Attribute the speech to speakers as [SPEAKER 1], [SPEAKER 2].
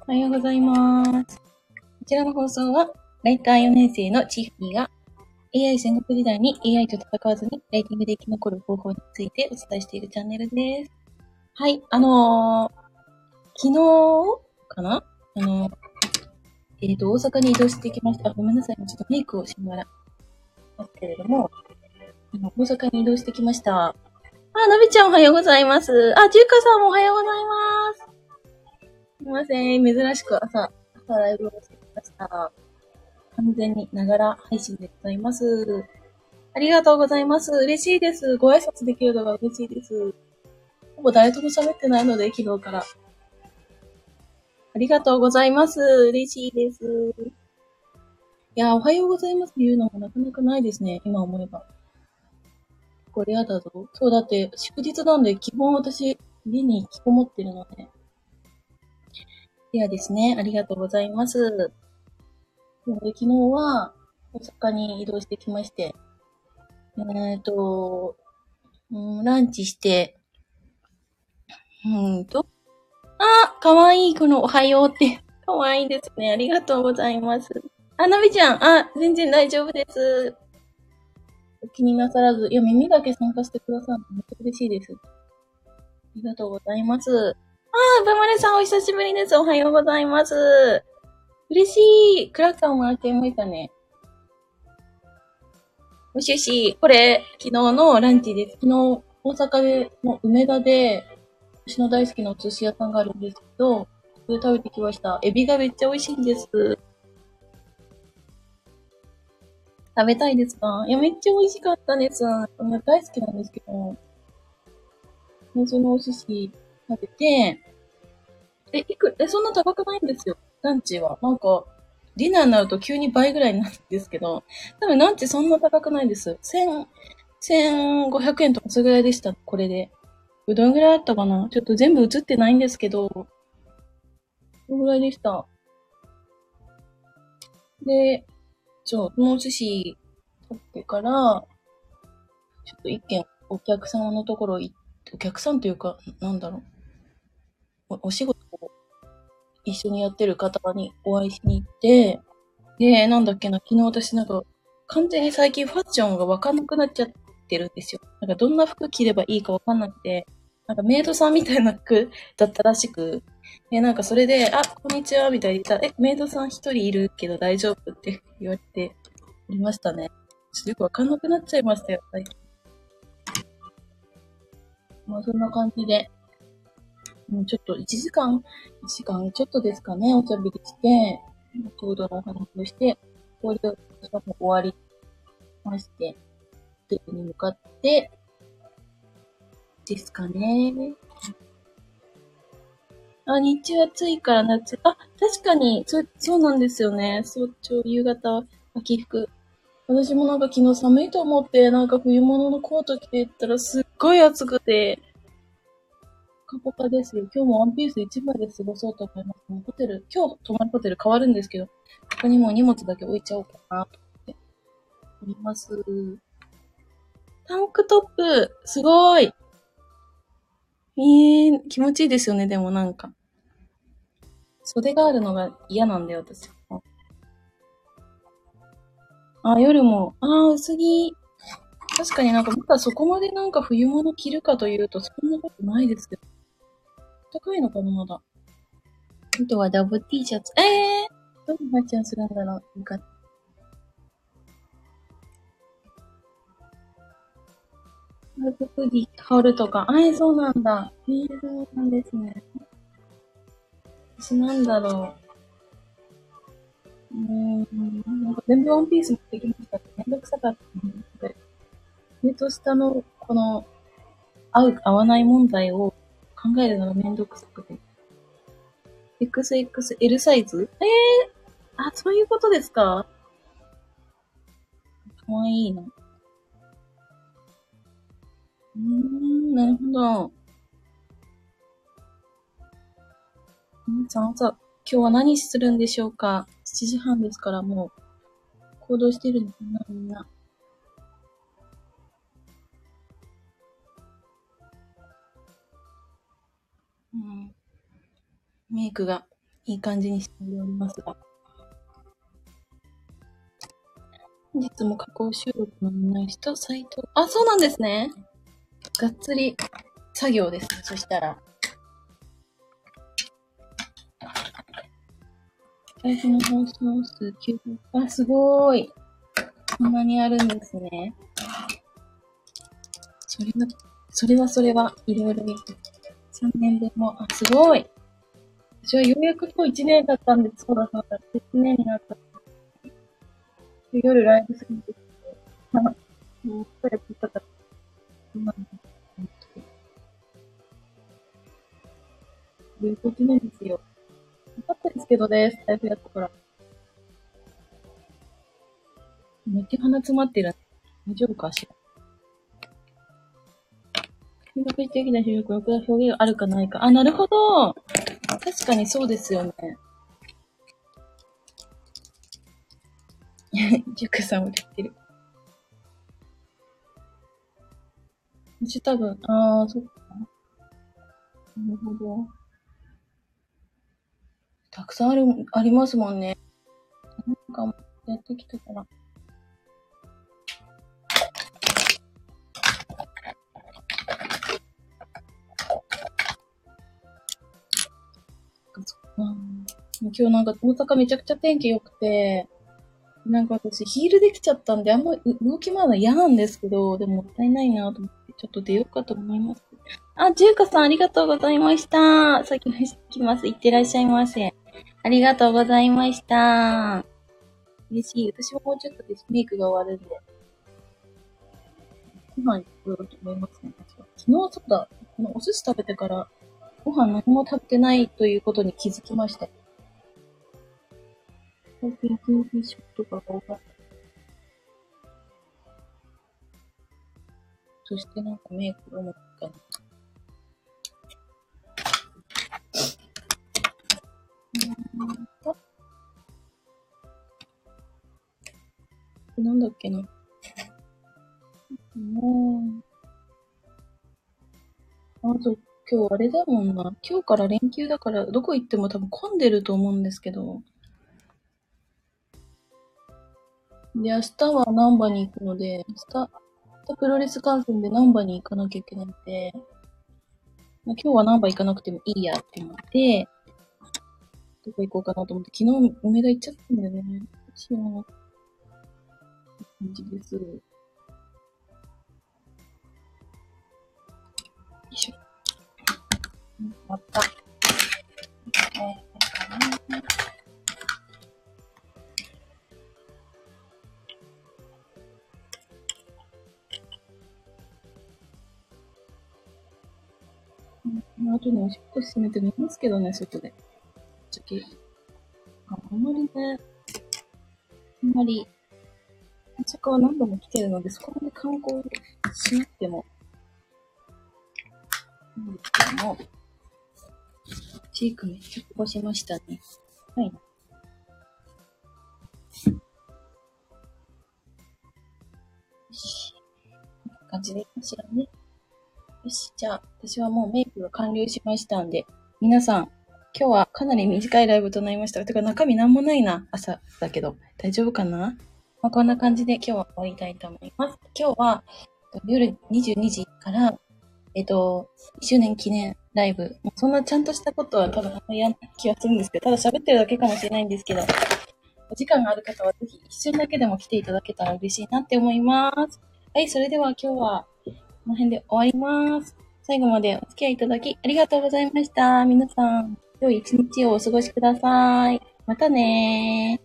[SPEAKER 1] おはようございます。こちらの放送は、ライター4年生のチーフィーが AI 戦国時代に AI と戦わずにライティングで生き残る方法についてお伝えしているチャンネルです。はい、昨日かな大阪に移動してきました。ごめんなさい。ちょっとメイクをしながらますけれども、大阪に移動してきました。のびちゃんおはようございます。じゅうかさんもおはようございます。すいません。珍しく朝ライブをしてきました。完全にながら配信でございます。ありがとうございます。嬉しいです。ご挨拶できるのが嬉しいです。ほぼ誰とも喋ってないので、昨日から。ありがとうございます。嬉しいです。いや、おはようございます言うのもなかなかないですね。今思えば。これやだぞ。そう、だって祝日なんで、基本私、家に引きこもってるので。ではですね、ありがとうございます。昨日は、大阪に移動してきまして、ランチして、かわいい、このおはようって。かわいいですね。ありがとうございます。のびちゃん、全然大丈夫です。お気になさらず。いや、耳だけ参加してくださるのめっちゃ嬉しいです。ありがとうございます。バマレさんお久しぶりです。おはようございます。嬉しい。クラッカーも開けましたね。もしよし、これ、昨日のランチです。昨日、大阪で、梅田で、私の大好きなお寿司屋さんがあるんですけど、それ食べてきました。エビがめっちゃ美味しいんです。食べたいですか？いや、めっちゃ美味しかったです。大好きなんですけど、そのお寿司食べて、そんな高くないんですよ。ランチは。なんか、ディナーになると急に倍ぐらいになるんですけど、多分ランチそんな高くないです。1500円とかそれぐらいでした、これで。どんぐらいあったかな？ちょっと全部映ってないんですけど、どのぐらいでした。で、このお寿司食べてから、ちょっと一軒お客様のところ行って、お客さんというか、なんだろう、お仕事を一緒にやってる方にお会いしに行って、で、なんだっけな、昨日私なんか、完全に最近ファッションがわかんなくなっちゃってるんですよ。なんかどんな服着ればいいかわかんなくて、なんかメイドさんみたいな服だったらしく、なんかそれで、こんにちは、みたいに言ったら、メイドさん一人いるけど大丈夫って言われていましたね。ちょっとよくわかんなくなっちゃいましたよ、最近。そんな感じで、ちょっと1時間ちょっとですかね、おしゃべりして、コードのお話をして、これで私はもう終わりまして、ホテルに向かって、ですかね。日中暑いから夏、確かに、そうなんですよね。早朝、夕方、秋服。私もなんか昨日寒いと思って、なんか冬物のコート着ていったらすっごい暑くて、ポカポカですよ。今日もワンピース一枚で過ごそうと思います。今日泊まるホテル変わるんですけど、ここにもう荷物だけ置いちゃおうかなと思っております。タンクトップ、すごい。気持ちいいですよね、でもなんか。袖があるのが嫌なんだよ、私。夜も、薄着。確かになんかまだそこまでなんか冬物着るかというと、そんなことないですけど。高いのかな、まだ。あとはダブ T シャツ。どんなファッションするんだろう。なんか、ダブフディ、羽織るとか。そうなんだ。そうなんですね。私なんだろう。なんか全部ワンピース持ってきましたってめんどくさかったので。上と下の、この、合わない問題を考えるのがめんどくさくて。XXL サイズ？そういうことですか？かわいいな。なるほど。皆さん朝、今日は何するんでしょうか？ 7 時半ですからもう行動してるのかな、みんな。メイクがいい感じにしておりますが。本日も加工収録のない人、サイト。あ、そうなんですね。がっつり作業ですね。そしたら。最初の放送数900。あ、すごーい。こんなにあるんですね。それは、いろいろ見て。3年分も、あ、すごい。私はようやく今日1年だったんで、そうだ。1年になった。夜ライブするんですけど、もう、それ聞いたから、今の、11年ですよ。よかったですけどね、ライブやったから。めっちゃ鼻詰まってる。大丈夫かしら。収録的な収録、録画表現があるかないか。あ、なるほど。確かにそうですよね。ジュクさんも言ってる。私多分、そっか。なるほど。たくさんありますもんね。なんか、やってきたから。今日なんか大阪めちゃくちゃ天気良くて、なんか私ヒールできちゃったんであんまり動き回るの嫌なんですけど、でももったいないなと思ってちょっと出ようかと思います。あ、ジューカさんありがとうございました。先にしてきます。いってらっしゃいませ。ありがとうございました。嬉しい。私ももうちょっとでメイクが終わるんで。ご飯作ろうと思いますね。昨日そうだ、このお寿司食べてからご飯何も食べてないということに気づきました。最近キンフィッシュとかが多かった。そしてなんかメイクを持ったの。なんだっけな。あと、今日あれだもんな。今日から連休だから、どこ行っても多分混んでると思うんですけど。で、明日は難波に行くので、明日プロレス観戦で難波に行かなきゃいけないんで、今日は難波行かなくてもいいやって思って、どこ行こうかなと思って、昨日梅田行っちゃったんだよね。どうしような感じです。よいしょ。また。あとね、おしっこ閉めて寝ますけどね、外で。ちょっとあんまりね、あんまり、大阪は何度も来てるので、そこまで観光しなくても、なんですけども、チークめっちゃこぼしましたね。はい。よし。こんな感じでいいかしらね。よし。じゃあ、私はもうメイクが完了しましたんで、皆さん、今日はかなり短いライブとなりました。てか中身なんもないな。朝だけど。大丈夫かな？こんな感じで今日は終わりたいと思います。今日は夜22時から1周年記念ライブ。そんなちゃんとしたことは多分あんまりやんない気がするんですけど、ただ喋ってるだけかもしれないんですけど、お時間がある方はぜひ一瞬だけでも来ていただけたら嬉しいなって思います。はい、それでは今日はこの辺で終わります。最後までお付き合いいただきありがとうございました。皆さん、良い一日をお過ごしください。またねー。